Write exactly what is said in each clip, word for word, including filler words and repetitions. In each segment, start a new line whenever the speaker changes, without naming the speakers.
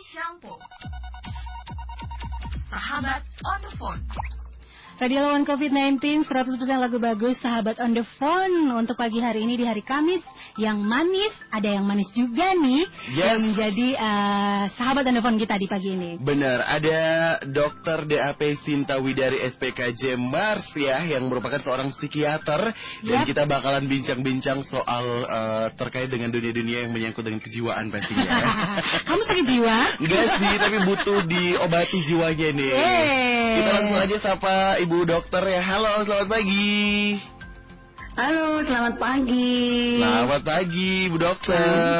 Shampoo. Sahabat on the phone.
Radio lawan covid sembilan belas, seratus persen lagu bagus, sahabat on the phone. Untuk pagi hari ini di hari Kamis yang manis, ada yang manis juga nih,
yes,
yang menjadi uh, sahabat on the phone kita di pagi ini.
Benar, ada Dokter D A P Sinta Widari S P K J Mars ya, yang merupakan seorang psikiater. Dan
yep,
kita bakalan bincang-bincang soal uh, terkait dengan dunia-dunia yang menyangkut dengan kejiwaan pastinya.
Kamu sakit jiwa?
Enggak sih, tapi butuh diobati jiwanya nih.
Hey.
Kita langsung aja sapa Ibu Dokter ya. Halo, selamat pagi.
Halo, selamat pagi.
Selamat pagi, Bu Dokter.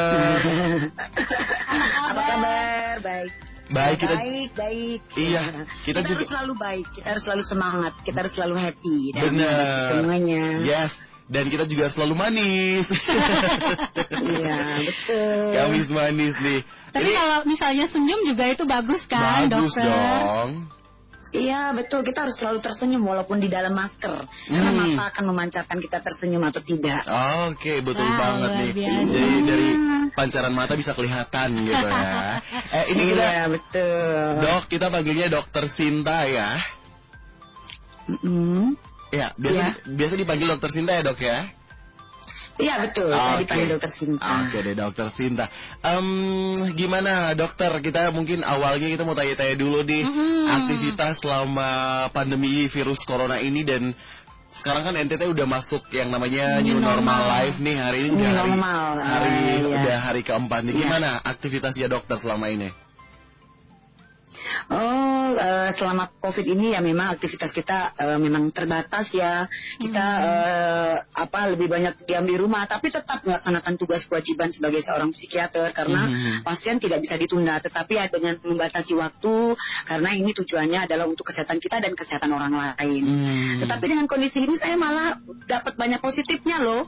Apa kabar? Baik.
Baik, kita
baik, baik.
Iya, kita,
kita
juga
harus selalu baik, kita harus selalu semangat, kita harus selalu happy dan
benar
semuanya.
Yes. Dan kita juga selalu manis.
Iya, betul.
Kamis manis nih.
Tapi
Ini,
kalau misalnya senyum juga itu bagus kan,
bagus
Dokter?
Dong.
Iya, betul. Kita harus selalu tersenyum walaupun di dalam masker. Karena
Hmm.
mata akan memancarkan kita tersenyum atau tidak.
Oke, betul
Wow,
banget
luar
nih.
biasa.
Jadi dari pancaran mata bisa kelihatan gitu ya. Eh ini kita,
Iya, betul.
Dok, kita panggilnya Dokter Sinta ya.
Mm-mm.
Ya, biasa
Iya.
biasa dipanggil Dokter Sinta ya, Dok ya.
Iya, betul. Saya
Oke.
dipanggil Dokter Sinta.
Oke deh, Dokter Sinta. Em, gimana dokter? Kita mungkin awalnya kita mau tanya-tanya dulu nih,
Mm-hmm.
aktivitas selama pandemi virus corona ini, dan sekarang kan N T T udah masuk yang namanya New,
New
Normal
normal.
Life nih, hari ini
New
udah hari,
normal.
hari
Ah, iya.
udah hari keempat nih.
Iya.
Gimana aktivitasnya dokter selama ini?
Oh, uh, selama COVID ini ya memang aktivitas kita uh, memang terbatas ya. Kita
Hmm.
uh, apa lebih banyak diam di rumah, tapi tetap melaksanakan tugas kewajiban sebagai seorang psikiater karena
Hmm.
pasien tidak bisa ditunda. Tetapi ya dengan membatasi waktu, karena ini tujuannya adalah untuk kesehatan kita dan kesehatan orang lain.
Hmm.
Tetapi dengan kondisi ini saya malah dapat banyak positifnya loh.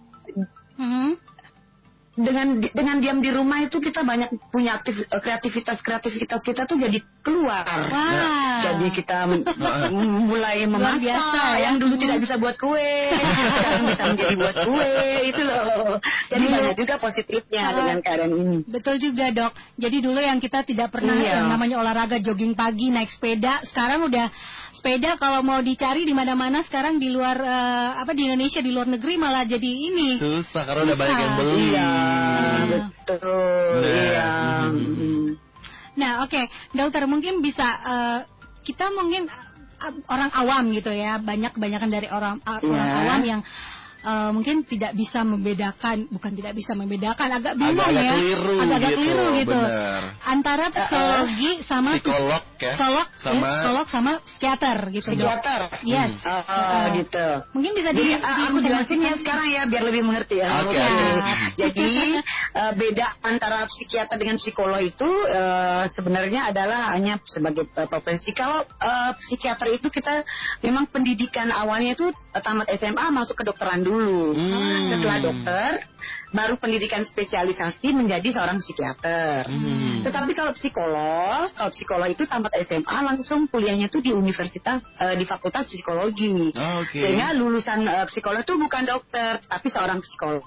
Hmm.
Dengan dengan diam di rumah itu kita banyak punya aktif, kreativitas kreativitas kita tuh jadi keluar.
Wah.
Jadi kita men- mulai
Luar
memasak
biasa, ya.
yang dulu tidak bisa buat kue, sekarang bisa menjadi buat kue itu loh. Jadi
Dulu-
banyak juga positifnya
Ah.
dengan keadaan ini.
Betul juga, Dok. Jadi dulu yang kita tidak pernah
Iya.
yang namanya olahraga, jogging pagi, naik sepeda, sekarang udah sepeda kalau mau dicari di mana-mana sekarang di luar eh, apa di Indonesia, di luar negeri malah jadi ini.
Susah karena udah
Susah.
banyak yang beli.
Iya,
Ah.
betul.
Nah.
Iya.
Hmm.
Mm.
Nah, oke, Dokter, mungkin bisa eh, kita mungkin eh, orang awam gitu ya, banyak kebanyakan dari orang uh,
Iya.
orang awam yang eh, mungkin tidak bisa membedakan, bukan tidak bisa membedakan, agak bingung
Agak-agak
ya,
keliru
agak-agak
gitu,
keliru gitu,
bener.
antara psikologi sama
Psikolog ya,
psikolog,
sama-
ya, psikolog sama psikiater gitu, Dok.
Psikiater.
Yes.
Oh,
Eh,
gitu.
Mungkin bisa di,
Jadi uh, aku jelasin ya sekarang ya biar lebih mengerti ya.
Oke,
Oke.
oke.
Jadi uh, beda antara psikiater dengan psikolog itu uh, sebenarnya adalah hanya sebagai uh, profesi. Kalau uh, psikiater itu kita memang pendidikan awalnya itu uh, tamat S M A masuk ke dokteran dulu.
Hmm.
Setelah dokter baru pendidikan spesialisasi menjadi seorang psikiater.
Hmm.
Tetapi kalau psikolog, kalau psikolog itu tamat S M A langsung kuliahnya itu di universitas uh, di fakultas psikologi.
Oke.
Sehingga lulusan uh, psikolog itu bukan dokter, tapi seorang psikolog.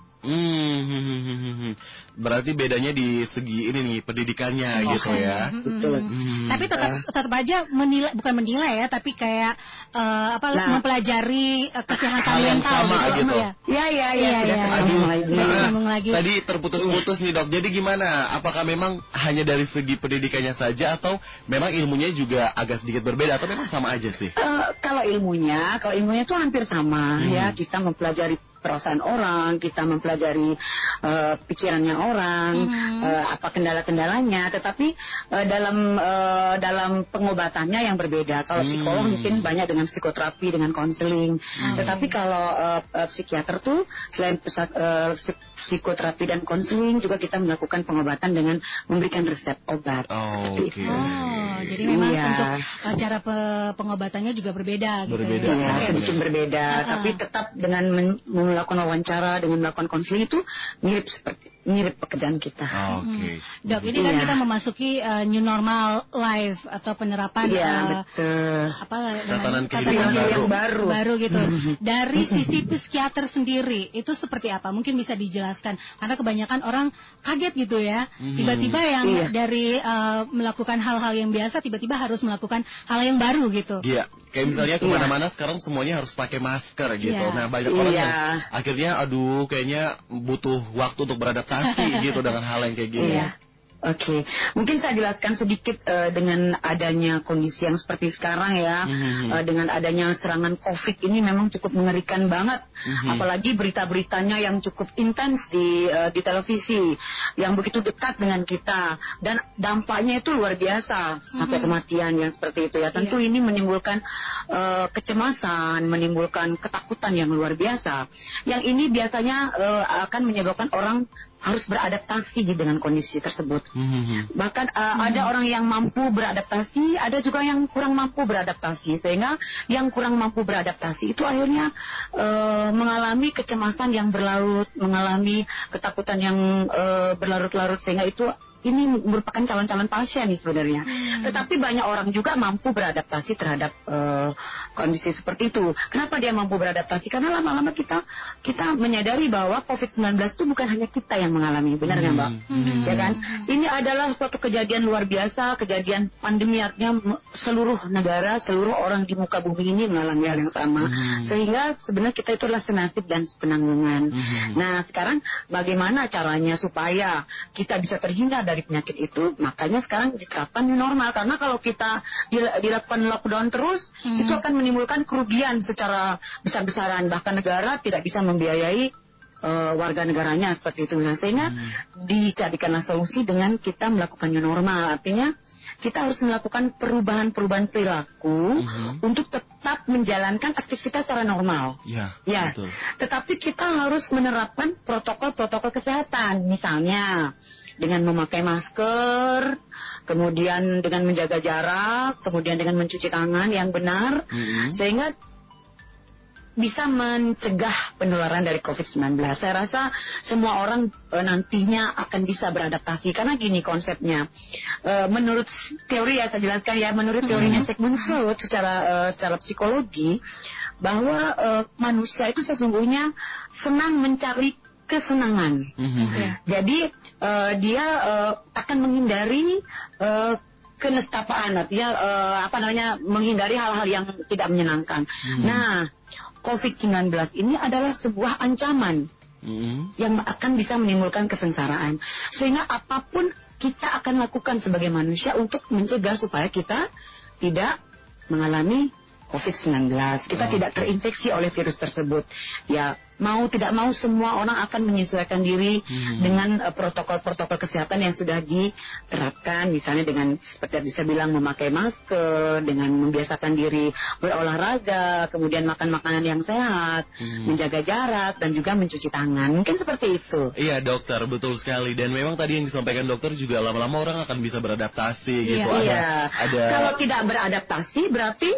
Hmm. Berarti bedanya di segi ini nih pendidikannya
Oh,
gitu ya.
Mm-mm.
Betul.
Hmm.
Tapi tetap tetap aja menilai, bukan menilai ya, tapi kayak eh, apa
Nah.
mempelajari eh, kesehatan
Hal yang
mental
sama gitu.
ya.
Ya, ya, ya,
Iya,
sudah
iya.
tersambung
Aduh.
lagi.
Sudah
Nah,
tersambung lagi.
Tadi terputus-putus nih dok. Jadi gimana? Apakah memang hanya dari segi pendidikannya saja atau memang ilmunya juga agak sedikit berbeda atau memang sama aja sih?
Eh, kalau ilmunya, kalau ilmunya itu hampir sama
Hmm.
ya. Kita mempelajari perasaan orang, kita mempelajari eh, pikirannya orang,
Hmm.
eh, apa kendala-kendalanya. Tetapi eh, dalam eh, dalam pengobatannya yang berbeda. Kalau
Hmm.
psikolog mungkin banyak dengan psikoterapi, dengan konseling. Tetapi kalau eh, eh, psikiater tuh selain pesa- eh, psik- psikoterapi dan konseling juga kita melakukan pengobatan dengan memberikan resep obat.
Oh,
Seperti
oke.
itu.
Oh, jadi memang
Iya.
untuk eh, cara pe- pengobatannya juga berbeda gitu
Berbeda.
ya.
Iya,
Oke.
sedikit berbeda,
Ah.
tapi tetap dengan men- melakukan wawancara, dengan melakukan konseling itu mirip seperti mirip pekerjaan kita.
Oh, Oke. Okay.
Hmm. Dok, ini kan
Iya.
kita memasuki uh, new normal life atau penerapan
Iya,
uh,
betul.
apa
Tatanan
namanya?
kehidupan
yang
baru.
baru.
baru gitu. Dari sisi psikiater sendiri itu seperti apa? Mungkin bisa dijelaskan karena kebanyakan orang kaget gitu ya. Tiba-tiba yang
Iya.
dari uh, melakukan hal-hal yang biasa tiba-tiba harus melakukan hal yang baru gitu.
Iya, kayak misalnya kemana-mana sekarang semuanya harus pakai masker gitu.
Iya.
Nah banyak orang
Iya.
yang akhirnya aduh kayaknya butuh waktu untuk beradaptasi gitu dengan hal yang kayak gini.
Iya. Oke, mungkin saya jelaskan sedikit uh, dengan adanya kondisi yang seperti sekarang ya,
Mhm.
uh, dengan adanya serangan COVID ini memang cukup mengerikan banget,
Mhm.
apalagi berita-beritanya yang cukup intens di uh, di televisi, yang begitu dekat dengan kita dan dampaknya itu luar biasa sampai kematian yang seperti itu ya. Tentu ini menimbulkan uh, kecemasan, menimbulkan ketakutan yang luar biasa. Yang ini biasanya uh, akan menyebabkan orang harus beradaptasi dengan kondisi tersebut.
Mhm.
Bahkan uh, ada orang yang mampu beradaptasi, ada juga yang kurang mampu beradaptasi. Sehingga yang kurang mampu beradaptasi itu akhirnya uh, mengalami kecemasan yang berlarut, mengalami ketakutan yang uh, berlarut-larut, sehingga itu ini merupakan calon-calon pasien nih sebenarnya. Hmm. Tetapi banyak orang juga mampu beradaptasi terhadap uh, kondisi seperti itu. Kenapa dia mampu beradaptasi? Karena lama-lama kita kita menyadari bahwa covid sembilan belas itu bukan hanya kita yang mengalami, benar nggak Mbak?
Hmm.
Ya kan? Ini adalah suatu kejadian luar biasa, kejadian pandemi, artinya seluruh negara, seluruh orang di muka bumi ini mengalami hal yang sama.
Hmm.
Sehingga sebenarnya kita itu adalah senasib dan sepenanggungan.
Hmm.
Nah, sekarang bagaimana caranya supaya kita bisa terhindar dari penyakit itu? Makanya sekarang diterapkan new normal, karena kalau kita dil- dilakukan lockdown terus,
Hmm.
itu akan menimbulkan kerugian secara besar-besaran, bahkan negara tidak bisa membiayai uh, warga negaranya seperti itu. Nah, sehingga
Hmm.
dicarikanlah solusi dengan kita melakukan new normal. Artinya kita harus melakukan perubahan-perubahan perilaku
Mhm.
untuk tetap menjalankan aktivitas secara normal.
Ya,
Ya,
betul.
tetapi kita harus menerapkan protokol-protokol kesehatan, misalnya dengan memakai masker, kemudian dengan menjaga jarak, kemudian dengan mencuci tangan yang benar,
Mhm.
sehingga bisa mencegah penularan dari covid sembilan belas. Saya rasa semua orang e, nantinya akan bisa beradaptasi, karena gini konsepnya. E, menurut teori, ya saya jelaskan ya, menurut teorinya Sigmund Freud secara e, secara psikologi, bahwa e, manusia itu sesungguhnya senang mencari kesenangan.
Mhm.
Ya.
Jadi eh, dia eh, akan menghindari eh, kenestapaan, artinya eh, apa namanya, menghindari hal-hal yang tidak menyenangkan.
Hmm.
Nah, covid sembilan belas ini adalah sebuah ancaman
Mhm.
yang akan bisa menimbulkan kesengsaraan. Sehingga apapun kita akan lakukan sebagai manusia untuk mencegah supaya kita tidak mengalami covid sembilan belas. Kita
Oh,
tidak
oke.
terinfeksi oleh virus tersebut. Ya, mau tidak mau semua orang akan menyesuaikan diri
Hmm.
dengan uh, protokol-protokol kesehatan yang sudah diterapkan. Misalnya dengan seperti yang bisa bilang memakai masker, dengan membiasakan diri berolahraga, kemudian makan makanan yang sehat,
Hmm.
menjaga jarak, dan juga mencuci tangan. Mungkin seperti itu.
Iya dokter, betul sekali. Dan memang tadi yang disampaikan dokter juga lama-lama orang akan bisa beradaptasi gitu. Ada,
Iya.
ada.
Kalau tidak beradaptasi berarti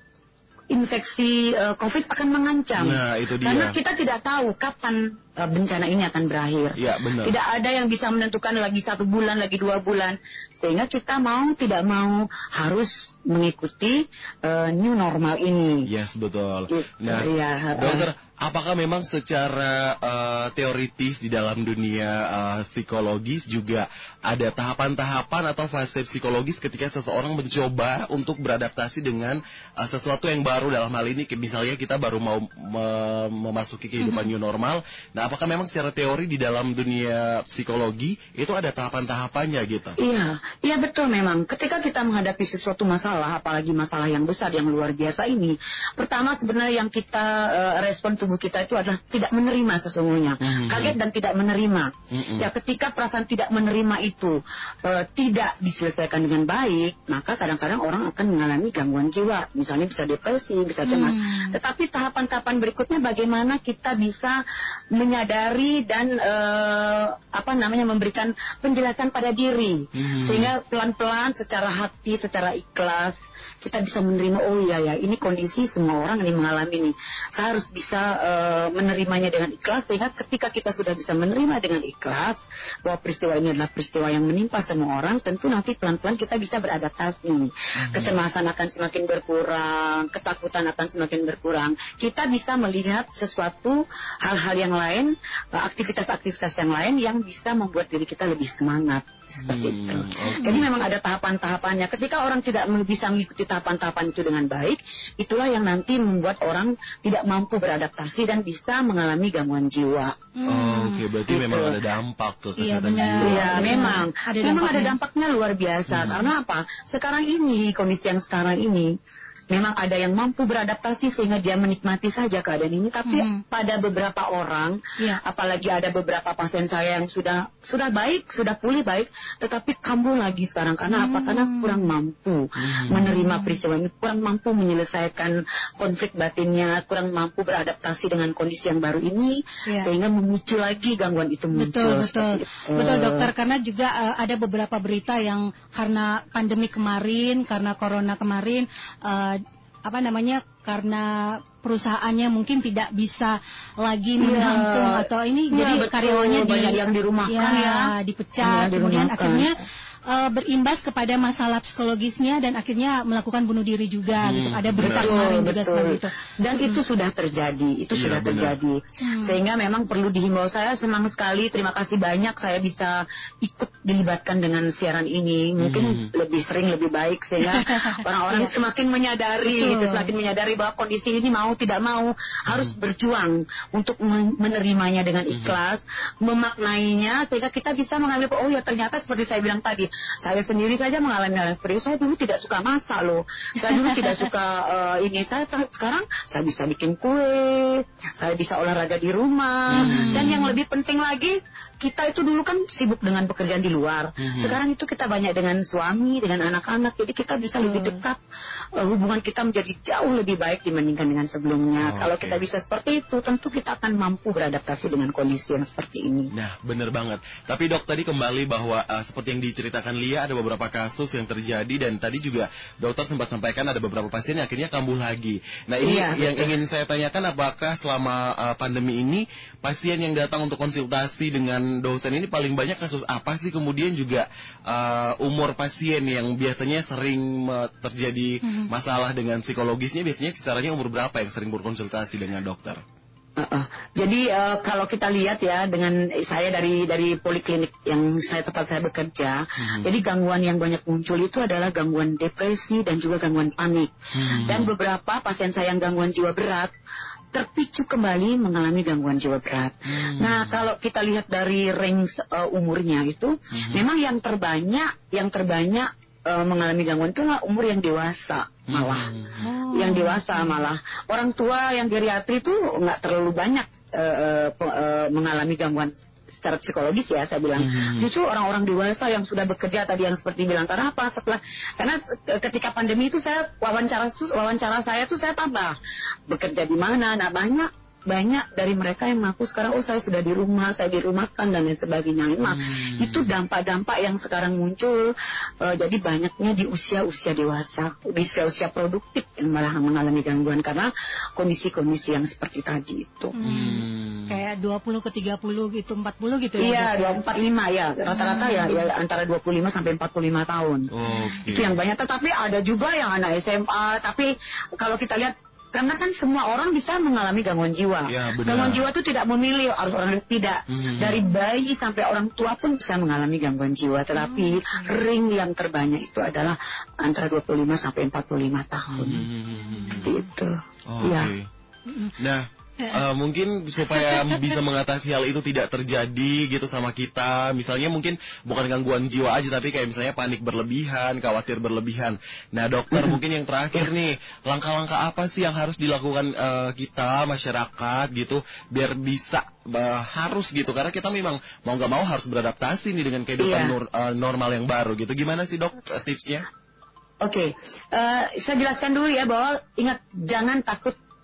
infeksi uh, COVID akan mengancam.
Nah, itu dia.
Karena kita tidak tahu kapan uh, bencana ini akan berakhir.
Iya, benar.
Tidak ada yang bisa menentukan lagi satu bulan, lagi dua bulan. Sehingga kita mau tidak mau harus mengikuti uh, new normal ini.
Yes, betul.
Gitu,
Nah,
iya, uh,
dokter, apakah memang secara uh, teoritis di dalam dunia uh, psikologis juga ada tahapan-tahapan atau fase psikologis ketika seseorang mencoba untuk beradaptasi dengan uh, sesuatu yang baru, dalam hal ini kayak misalnya kita baru mau me- memasuki kehidupan new normal. Nah, apakah memang secara teori di dalam dunia psikologi itu ada tahapan-tahapannya gitu?
Iya, iya betul memang. Ketika kita menghadapi sesuatu masalah, apalagi masalah yang besar, yang luar biasa ini, pertama sebenarnya yang kita uh, respon tubuh kita itu adalah tidak menerima sesungguhnya,
Mhm.
kaget dan tidak menerima.
Mhm.
Ya, ketika perasaan tidak menerima itu uh, tidak diselesaikan dengan baik, maka kadang-kadang orang akan mengalami gangguan jiwa, misalnya bisa depresi, bisa cemas.
Hmm.
Tetapi tahapan-tahapan berikutnya bagaimana kita bisa menyadari dan uh, apa namanya memberikan penjelasan pada diri, hmm. sehingga pelan-pelan secara hati, secara ikhlas kita bisa menerima, oh iya ya, ini kondisi semua orang ini mengalami nih. Saya harus bisa uh, menerimanya dengan ikhlas, sehingga ketika kita sudah bisa menerima dengan ikhlas bahwa peristiwa ini adalah peristiwa yang menimpa semua orang, tentu nanti pelan-pelan kita bisa beradaptasi. Hmm. Kecemasan akan semakin berkurang, ketakutan akan semakin berkurang. Kita bisa melihat sesuatu hal-hal yang lain, aktivitas-aktivitas yang lain yang bisa membuat diri kita lebih semangat. Seperti hmm, itu. Okay. Jadi memang ada tahapan-tahapannya. Ketika orang tidak bisa mengikuti tahapan-tahapan itu dengan baik, itulah yang nanti membuat orang tidak mampu beradaptasi dan bisa mengalami gangguan jiwa.
Hmm. Oh, oke, okay. Berarti gitu. Memang ada dampak tuh kesehatan
iya,
jiwa.
Iya, memang. Ada memang dampaknya. ada dampaknya luar biasa. Hmm. Karena apa? Sekarang ini, kondisi yang sekarang ini, memang ada yang mampu beradaptasi sehingga dia menikmati saja keadaan ini, tapi hmm. pada beberapa orang, ya. apalagi ada beberapa pasien saya yang sudah sudah baik, sudah pulih baik, tetapi kambuh lagi sekarang karena hmm. apa? Karena kurang mampu hmm. menerima peristiwa ini, kurang mampu menyelesaikan konflik batinnya, kurang mampu beradaptasi dengan kondisi yang baru ini, ya. sehingga memicu lagi gangguan itu muncul.
Betul, betul, betul dokter. Karena juga uh, ada beberapa berita yang karena pandemi kemarin, karena corona kemarin. Uh, apa namanya karena perusahaannya mungkin tidak bisa lagi menampung ya, atau ini ya, jadi betul, karyawannya di,
yang dirumahkan ya,
ya dipecat, kemudian akhirnya uh, berimbas kepada masalah psikologisnya dan akhirnya melakukan bunuh diri juga hmm, gitu. Ada berita
betul,
kemarin
betul.
juga seperti itu.
Dan hmm. itu sudah terjadi, itu ya, sudah benar. terjadi. Hmm. Sehingga memang perlu dihimbau. Saya senang sekali, terima kasih banyak saya bisa ikut dilibatkan dengan siaran ini. Mungkin hmm. lebih sering, lebih baik sehingga orang-orang ya. semakin menyadari, gitu, semakin menyadari bahwa kondisi ini mau tidak mau harus hmm. berjuang untuk menerimanya dengan ikhlas, hmm. memaknainya sehingga kita bisa mengambil, oh ya ternyata seperti saya bilang tadi, saya sendiri saja mengalami hal yang seperti itu. Saya dulu tidak suka masak loh. Saya dulu tidak suka uh, ini. Saya sekarang saya bisa bikin kue, saya bisa olahraga di rumah, hmm. dan yang lebih penting lagi, kita itu dulu kan sibuk dengan pekerjaan di luar. Hmm. Sekarang itu kita banyak dengan suami, dengan anak-anak. Jadi kita bisa lebih dekat. Uh, hubungan kita menjadi jauh lebih baik dibandingkan dengan sebelumnya. Oh, Kalau okay. kita bisa seperti itu, tentu kita akan mampu beradaptasi dengan kondisi yang seperti ini.
Nah, benar banget. Tapi dok, tadi kembali bahwa uh, seperti yang diceritakan Lia, ada beberapa kasus yang terjadi. Dan tadi juga dokter sempat sampaikan ada beberapa pasien yang akhirnya kambuh lagi. Nah, ini iya, yang betul. ingin saya tanyakan, apakah selama uh, pandemi ini pasien yang datang untuk konsultasi dengan dosen ini paling banyak kasus apa sih? Kemudian juga uh, umur pasien yang biasanya sering uh, terjadi mm-hmm. masalah dengan psikologisnya, biasanya kisarannya umur berapa yang sering berkonsultasi dengan dokter?
Uh, uh. Jadi uh, kalau kita lihat ya, dengan saya dari dari poliklinik yang saya tempat saya bekerja, hmm. jadi gangguan yang banyak muncul itu adalah gangguan depresi dan juga gangguan panik. Hmm. Dan beberapa pasien saya yang gangguan jiwa berat terpicu kembali mengalami gangguan jiwa berat. Hmm. Nah, kalau kita lihat dari range uh, umurnya itu, hmm. memang yang terbanyak, yang terbanyak uh, mengalami gangguan itu adalah umur yang dewasa malah, hmm. yang dewasa malah. Orang tua yang geriatri itu nggak terlalu banyak uh, uh, uh, mengalami gangguan secara psikologis ya, saya bilang. Hmm. Justru orang-orang dewasa yang sudah bekerja tadi yang seperti bilang, karena apa? Setelah karena ketika pandemi itu saya wawancara itu wawancara saya tuh saya tambah bekerja di mana, nah banyak banyak dari mereka yang mengaku sekarang, oh saya sudah di rumah, saya dirumahkan dan lain sebagainya. Nah, hmm. itu dampak-dampak yang sekarang muncul, uh, jadi banyaknya di usia-usia dewasa, di usia-usia produktif yang malah mengalami gangguan karena kondisi-kondisi yang seperti tadi itu.
Hmm. Kayak dua puluh ke tiga puluh gitu, empat puluh gitu ya?
Iya, dua puluh empat lima ya, rata-rata hmm. ya, ya antara dua puluh lima sampai empat puluh lima tahun. Okay. Itu yang banyak, tetapi ada juga yang anak S M A, tapi kalau kita lihat, karena kan semua orang bisa mengalami gangguan jiwa. Ya, gangguan jiwa itu tidak memilih, harus orang tidak. Hmm. Dari bayi sampai orang tua pun bisa mengalami gangguan jiwa. Tetapi hmm. ring yang terbanyak itu adalah antara dua puluh lima sampai empat puluh lima tahun. Hmm. Gitu.
Oh, ya. Okay. Nah, Uh, mungkin supaya bisa mengatasi hal itu tidak terjadi gitu sama kita, misalnya mungkin bukan gangguan jiwa aja, tapi kayak misalnya panik berlebihan, khawatir berlebihan. Nah dokter, mm-hmm. mungkin yang terakhir nih, langkah-langkah apa sih yang harus dilakukan uh, kita masyarakat gitu biar bisa uh, harus gitu, karena kita memang mau nggak mau harus beradaptasi nih dengan kehidupan yeah. nur, uh, normal yang baru gitu. Gimana sih dok uh, tipsnya?
Oke, okay. uh, saya jelaskan dulu ya bahwa ingat, jangan takut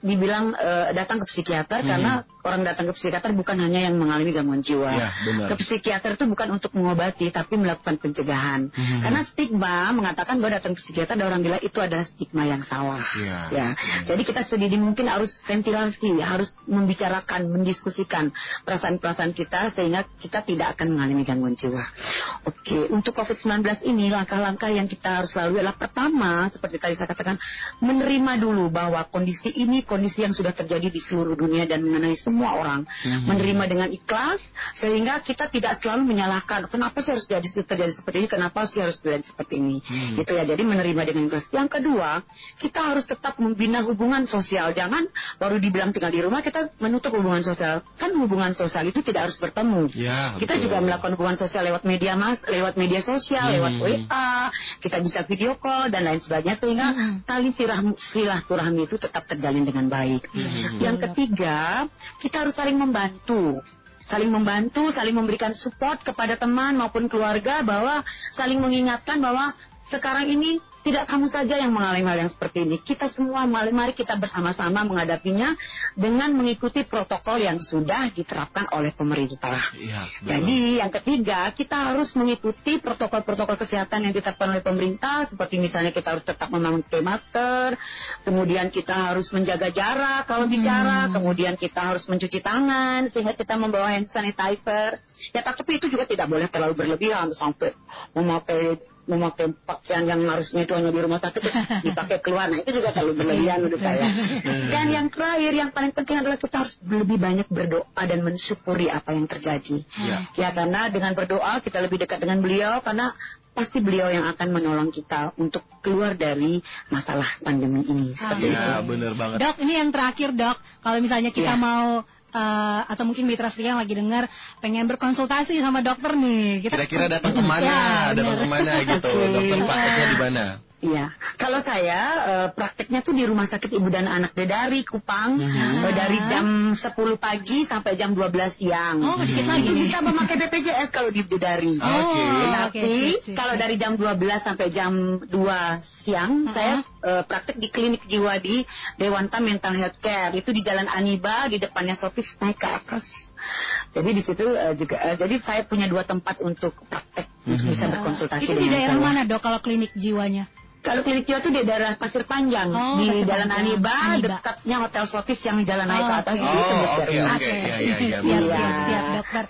dibilang uh, datang ke psikiater hmm. karena orang datang ke psikiater bukan hanya yang mengalami gangguan jiwa.
Ya,
ke psikiater itu bukan untuk mengobati, tapi melakukan pencegahan. Hmm. Karena stigma mengatakan bahwa datang ke psikiater ada orang bilang itu adalah stigma yang salah. Ya. Ya. Hmm. Jadi kita sedini mungkin harus ventilasi, harus membicarakan, mendiskusikan perasaan-perasaan kita sehingga kita tidak akan mengalami gangguan jiwa. Oke, untuk covid sembilan belas ini langkah-langkah yang kita harus lalui adalah pertama, seperti tadi saya katakan, menerima dulu bahwa kondisi ini kondisi yang sudah terjadi di seluruh dunia dan mengenai semua orang. Mm-hmm. Menerima dengan ikhlas sehingga kita tidak selalu menyalahkan kenapa sih harus jadi terjadi seperti ini, kenapa sih harus terjadi seperti ini. Mm-hmm. Gitu ya. Jadi menerima dengan ikhlas. Yang kedua, kita harus tetap membina hubungan sosial. Jangan baru dibilang tinggal di rumah kita menutup hubungan sosial. Kan hubungan sosial itu tidak harus bertemu.
Ya,
kita
betul.
juga melakukan hubungan sosial lewat media mas, lewat media sosial, mm-hmm. lewat W A, kita bisa video call dan lain sebagainya sehingga mm-hmm. tali silaturahmi itu tetap terjalin dengan baik. Mm-hmm. Yang ketiga, kita harus saling membantu. Saling membantu, saling memberikan support kepada teman maupun keluarga bahwa saling mengingatkan bahwa sekarang ini tidak kamu saja yang mengalami hal yang seperti ini. Kita semua, mari kita bersama-sama menghadapinya dengan mengikuti protokol yang sudah diterapkan oleh pemerintah. Ya, jadi yang ketiga, kita harus mengikuti protokol-protokol kesehatan yang ditetapkan oleh pemerintah. Seperti misalnya kita harus tetap memakai masker, kemudian kita harus menjaga jarak kalau bicara, hmm. kemudian kita harus mencuci tangan, sehingga kita membawa hand sanitizer. Ya, tapi itu juga tidak boleh terlalu berlebihan sampai memakai memakai pakaian yang harusnya itu hanya di rumah sakit dipakai keluar, nah itu juga terlalu berlebihan menurut saya. Dan yang terakhir yang paling penting adalah kita harus lebih banyak berdoa dan mensyukuri apa yang terjadi. Ya, ya karena dengan berdoa kita lebih dekat dengan beliau karena pasti beliau yang akan menolong kita untuk keluar dari masalah pandemi ini. Seperti
ya,
itu.
Benar banget.
Dok, ini yang terakhir dok, kalau misalnya kita ya. mau Uh, atau mungkin mitra setia yang lagi dengar pengen berkonsultasi sama dokter nih. Kita
kira-kira datang kemana? Ya, datang kemana gitu? Dokter prakteknya di mana?
Iya, kalau saya uh, prakteknya tuh di Rumah Sakit Ibu dan Anak Dedari Kupang, hmm. uh, dari jam sepuluh pagi sampai jam dua belas siang.
Oh, dikit lagi.
Itu bisa memakai B P J S kalau di Dedari.
Oh, okay.
Tapi okay, kalau dari jam dua belas sampai jam dua siang, uh-huh. saya uh, praktek di klinik jiwa di Dewanta Mental Health Care. Itu di Jalan Aniba, di depannya Sopis naik ke atas. Jadi di situ uh, juga, uh, jadi saya punya dua tempat untuk praktek, mm-hmm. bisa berkonsultasi.
Uh, itu di daerah saya. Mana dok kalau klinik jiwanya?
Kalau klinik jiwa itu di daerah Pasir Panjang, oh, di Pasir Jalan Panjang. Aniba, Aniba, dekatnya Hotel Sotis yang jalan naik
oh,
ke atas.
Okay.
Itu
oh, oke,
oke.
oke. Ya, ya, ya.
Siap, siap, siap, dokter.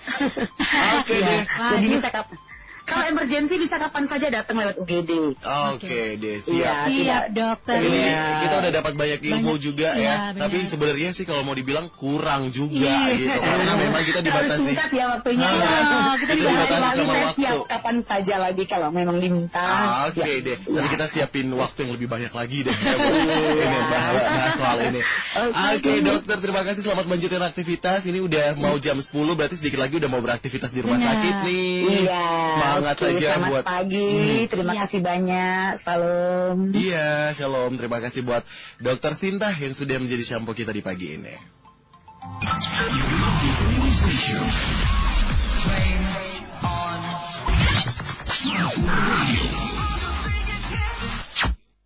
Oke deh.
Jadi bisa kapan? Kalau emergensi bisa kapan saja datang lewat U G D.
Oke okay, deh, siap.
Ya, siap dokter.
Jadi
ya.
kita udah dapat banyak ilmu banyak, juga ya. ya tapi sebenarnya sih kalau mau dibilang kurang juga iya. gitu. Karena memang kita dibatasi.
Harus singkat ya waktunya.
Nah,
ya.
Kita, kita dibatasi sama waktu.
Siap kapan saja lagi kalau memang diminta.
Ah, Oke okay, ya. deh. Nanti ya. kita siapin waktu yang lebih banyak lagi deh. Ini bahas soal ini. Oke okay, okay, dokter, terima kasih. Selamat melanjutkan aktivitas. Ini udah mau jam sepuluh, berarti sedikit lagi udah mau beraktivitas di rumah Benar. sakit nih.
Iya.
Semangat okay, saja buat
Selamat pagi, hmm. terima ya. kasih banyak, salam.
Iya, shalom, terima kasih buat Dokter Sinta yang sudah menjadi shampoo kita di pagi ini.
Play on.